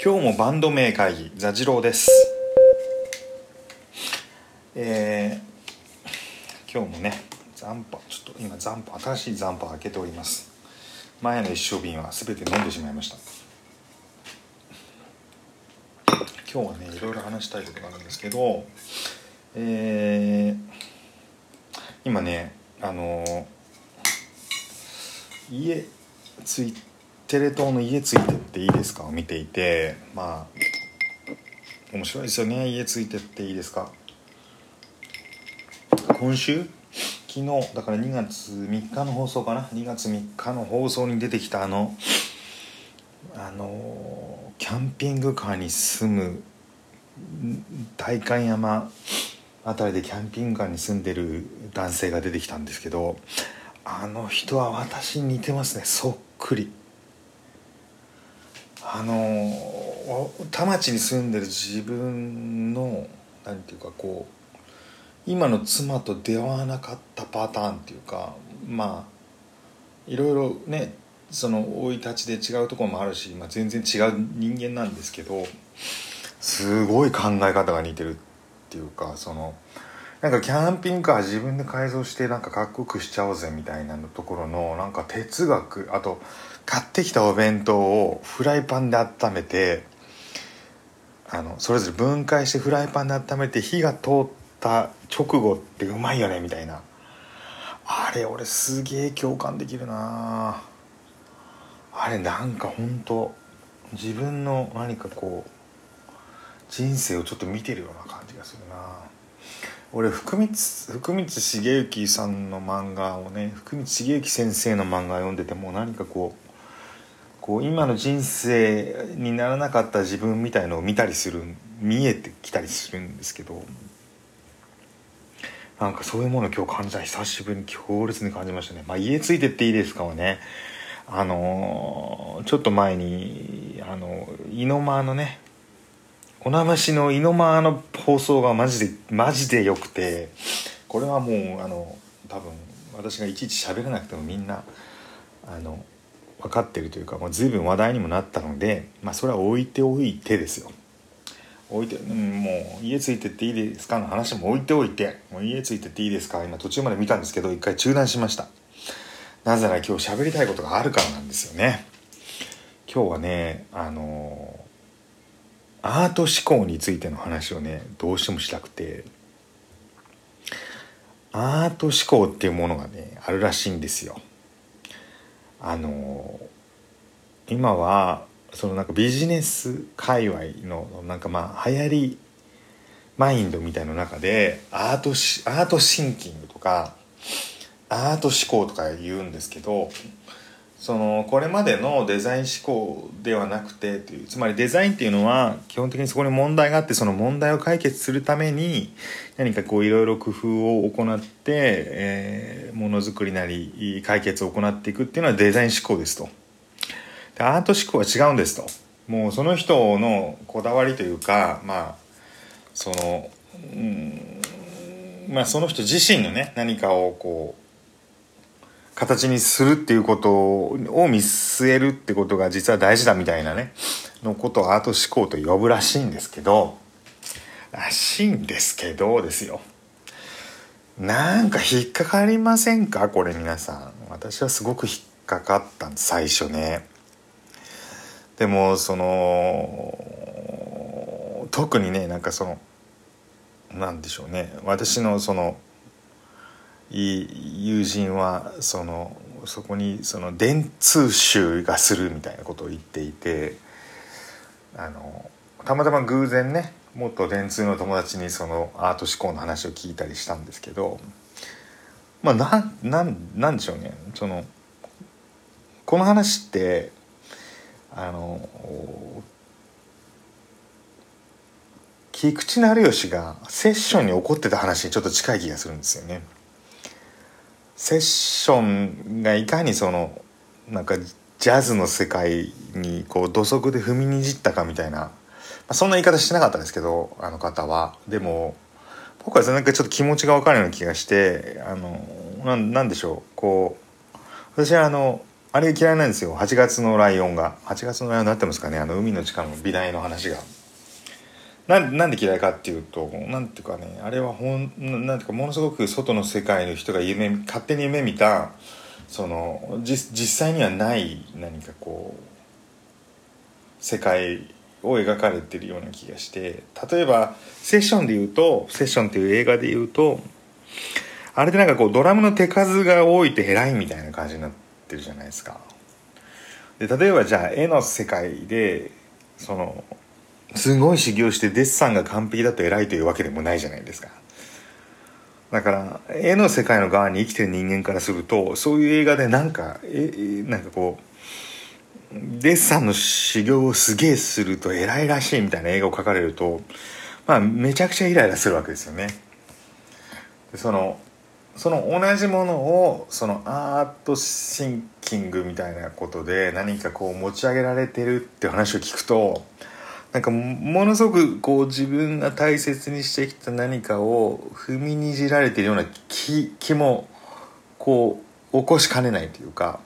今日もバンド名会議ザジローです。今日もね残波、ちょっと今新しい残波開けております。前の一升瓶は全て飲んでしまいました。今日はねいろいろ話したいことがあるんですけど、今ねテレ東の家ついてっていいですかを見ていて、面白いですよね。家ついてっていいですか。昨日だから2月3日の放送かな。2月3日の放送に出てきたキャンピングカーに住む代官山あたりでキャンピングカーに住んでる男性が出てきたんですけど、あの人は私に似てますね。そっくり。田町に住んでる自分のなんていうかこう今の妻と出会わなかったパターンっていうか、いろいろねその生い立ちで違うところもあるし、全然違う人間なんですけど、すごい考え方が似てるっていうか、なんかキャンピングカー自分で改造してなんかかっこよくしちゃおうぜみたいなところのなんか哲学、あと買ってきたお弁当をフライパンで温めてそれぞれ分解してフライパンで温めて火が通った直後ってうまいよねみたいな、あれ俺すげえ共感できるな。あれなんかほんと自分の何かこう人生をちょっと見てるような感じがするな。俺福光茂之さんの漫画をね、福光茂之先生の漫画を読んでても何かこう今の人生にならなかった自分みたいのを見えてきたりするんですけど、なんかそういうものを今日感じた。久しぶりに強烈に感じましたね。家ついてっていいですかはね、ちょっと前に井の間のねおなましの井の間の放送がマジで良くて、これはもう多分私がいちいち喋らなくてもみんな分かってるというか、もう随分話題にもなったので、それは置いておいてですよ。もう家ついてっていいですかの話も置いておいて、もう家ついてっていいですか今途中まで見たんですけど一回中断しました。なぜなら今日喋りたいことがあるからなんですよね。今日はねアート思考についての話をねどうしてもしたくて、アート思考っていうものがねあるらしいんですよ。今はなんかビジネス界隈のなんか流行りマインドみたいな中でアートシンキングとかアート思考とか言うんですけど、これまでのデザイン思考ではなくてという、つまりデザインっていうのは基本的にそこに問題があって、その問題を解決するために何かいろいろ工夫を行って、ものづくりなり解決を行っていくっていうのはデザイン思考ですと。でアート思考は違うんですと。もうその人のこだわりというか、その人自身のね何かを形にするっていうことを見据えるってことが実は大事だみたいなねのことをアート思考と呼ぶらしいんですけどですよ。なんか引っかかりませんかこれ。皆さん、私はすごく引っかかったんです最初ね。でも特にねなんかなんでしょうね、私の友人はそこに電通集がするみたいなことを言っていて、たまたま偶然ね元電通の友達にアート思考の話を聞いたりしたんですけど、なんでしょうね、この話って菊池成吉がセッションに起こってた話にちょっと近い気がするんですよね。セッションがいかになんかジャズの世界に土足で踏みにじったかみたいな、そんな言い方してなかったですけどあの方は。でも僕はなんかちょっと気持ちが分かるような気がして、なんでしょう、私はあれ嫌いなんですよ。8月のライオンが。8月のライオンになってますかね。海の地下の美大の話が。なんで嫌いかっていうと、なんていうかね、あれはなんていうか、ものすごく外の世界の人が勝手に夢見た、実際にはない何かこう世界を描かれてるような気がして、例えばセッションっていう映画で言うと、あれでなんかこうドラムの手数が多いって偉いみたいな感じになってるじゃないですか。で例えばじゃあ絵の世界ですごい修行してデッサンが完璧だと偉いというわけでもないじゃないですか。だから絵の世界の側に生きてる人間からすると、そういう映画でなんかこうデッサンの修行をすげえすると偉いらしいみたいな映画を描かれると、まあめちゃくちゃイライラするわけですよね。でその同じものをアートシンキングみたいなことで何かこう持ち上げられてるって話を聞くと、なんかものすごくこう自分が大切にしてきた何かを踏みにじられているような気もこう起こしかねないというか、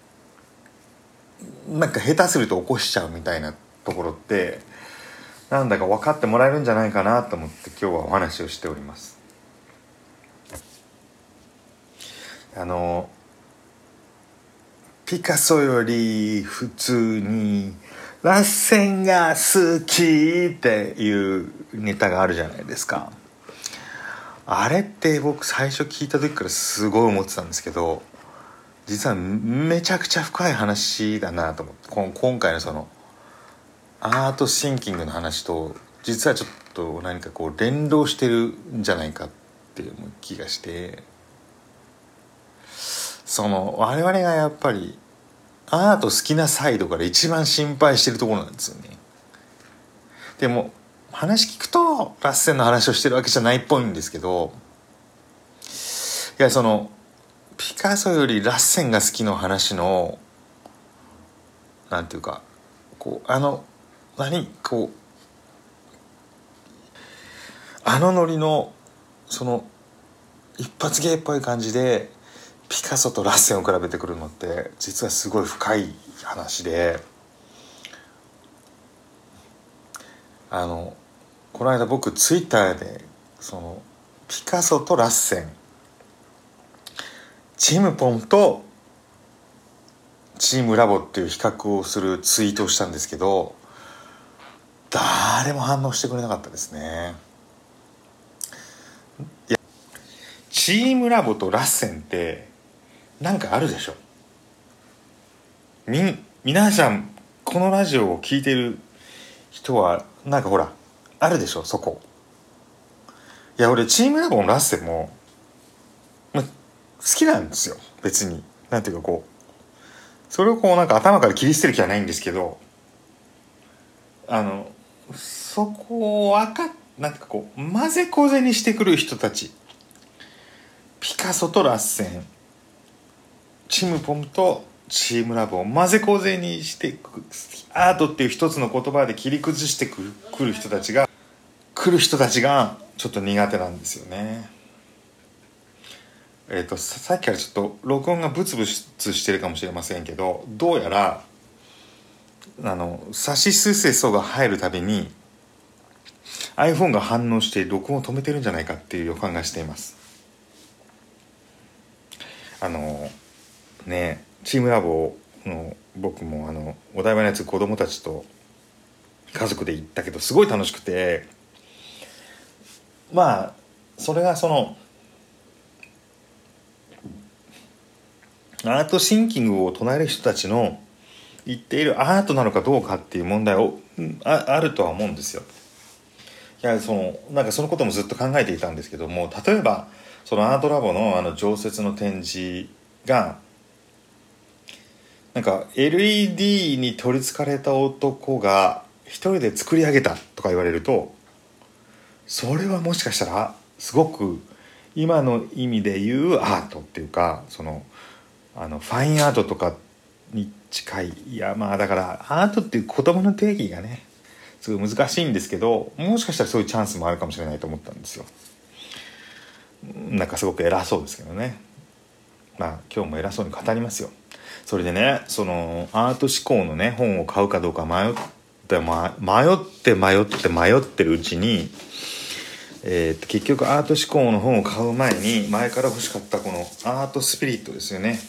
なんか下手すると起こしちゃうみたいなところってなんだか分かってもらえるんじゃないかなと思って今日はお話をしております。ピカソより普通にラッセンが好きっていうネタがあるじゃないですか。あれって僕最初聞いた時からすごい思ってたんですけど、実はめちゃくちゃ深い話だなと思って、今回のアートシンキングの話と実はちょっと何かこう連動してるんじゃないかっていう気がして、我々がやっぱりアート好きなサイドから一番心配してるところなんですよね。でも話聞くとラッセンの話をしてるわけじゃないっぽいんですけど、いやピカソよりラッセンが好きの話のなんていうかこうノリの一発芸っぽい感じでピカソとラッセンを比べてくるのって実はすごい深い話で、この間僕ツイッターでピカソとラッセン、チームポンとチームラボっていう比較をするツイートをしたんですけど、誰も反応してくれなかったですね。いや、チームラボとラッセンってなんかあるでしょ。皆さんこのラジオを聞いてる人はなんかほらあるでしょ、そこ。いや俺チームラボのラッセンも、好きなんですよ別に。なんていうかこうそれをこうなんか頭から切り捨てる気はないんですけど、そこをなんかこう混ぜこぜにしてくる人たち、ピカソとラッセン、チームポムとチームラボを混ぜこぜにしてアートっていう一つの言葉で切り崩してくる人たちがちょっと苦手なんですよね。さっきからちょっと録音がブツブツしてるかもしれませんけど、どうやらサシスセソが入るたびに iPhone が反応して録音を止めてるんじゃないかっていう予感がしています。チームラボの僕もお台場のやつ子供たちと家族で行ったけどすごい楽しくて、まあそれがアートシンキングを唱える人たちの言っているアートなのかどうかっていう問題をあるとは思うんですよ。いやなんかそのこともずっと考えていたんですけども、例えばアートラボの常設の展示がなんか LED に取りつかれた男が一人で作り上げたとか言われると、それはもしかしたらすごく今の意味で言うアートっていうかファインアートとかに近い。いやまあだからアートっていう言葉の定義がねすごい難しいんですけど、もしかしたらそういうチャンスもあるかもしれないと思ったんですよ。なんかすごく偉そうですけどね。 今日も偉そうに語りますよ。それでね、そのアート思考のね本を買うかどうか迷ってるうちに、結局アート思考の本を買う前に前から欲しかったこのアートスピリットですよね、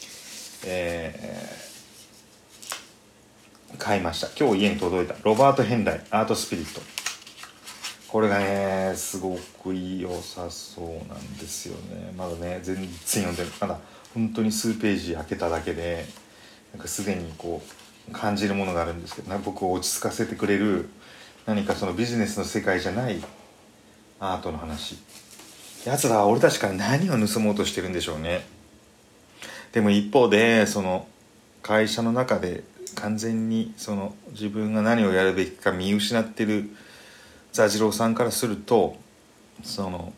買いました。今日家に届いたロバート・ヘンダイアートスピリット。これがねすごく良さそうなんですよね。まだね全然読んでまだ本当に数ページ開けただけでなんかすでにこう感じるものがあるんですけど、僕を落ち着かせてくれる何かそのビジネスの世界じゃないアートの話。奴らは俺たちから何を盗もうとしてるんでしょうね。でも一方でその会社の中で完全にその自分が何をやるべきか見失ってる座次郎さんからすると、その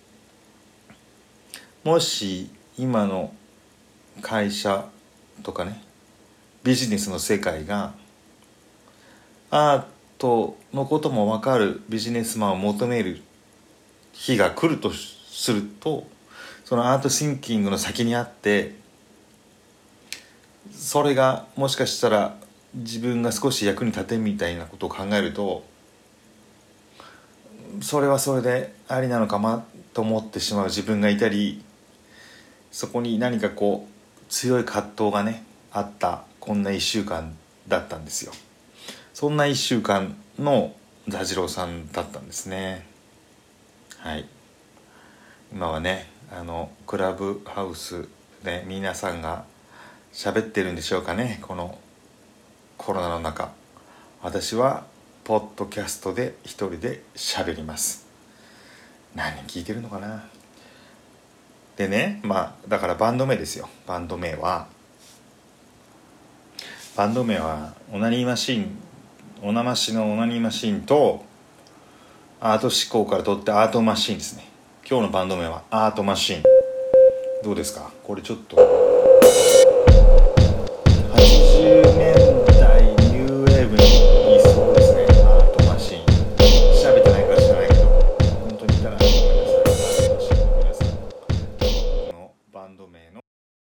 もし今の会社とかねビジネスの世界がアートのことも分かるビジネスマンを求める日が来るとすると、そのアートシンキングの先にあって、それがもしかしたら自分が少し役に立てみたいなことを考えると、それはそれでありなのかなと思ってしまう自分がいたり、そこに何かこう強い葛藤がねあったこんな1週間だったんですよ。そんな1週間の座次郎さんだったんですね。はい。今はねクラブハウスで皆さんが喋ってるんでしょうかね。このコロナの中、私はポッドキャストで一人で喋ります。何人聞いてるのかな。でね、だからバンド名ですよ。バンド名はオナニーマシン、オナマシのオナニーマシンとアート思考から取ってアートマシンですね。今日のバンド名はアートマシン。どうですかこれ。ちょっと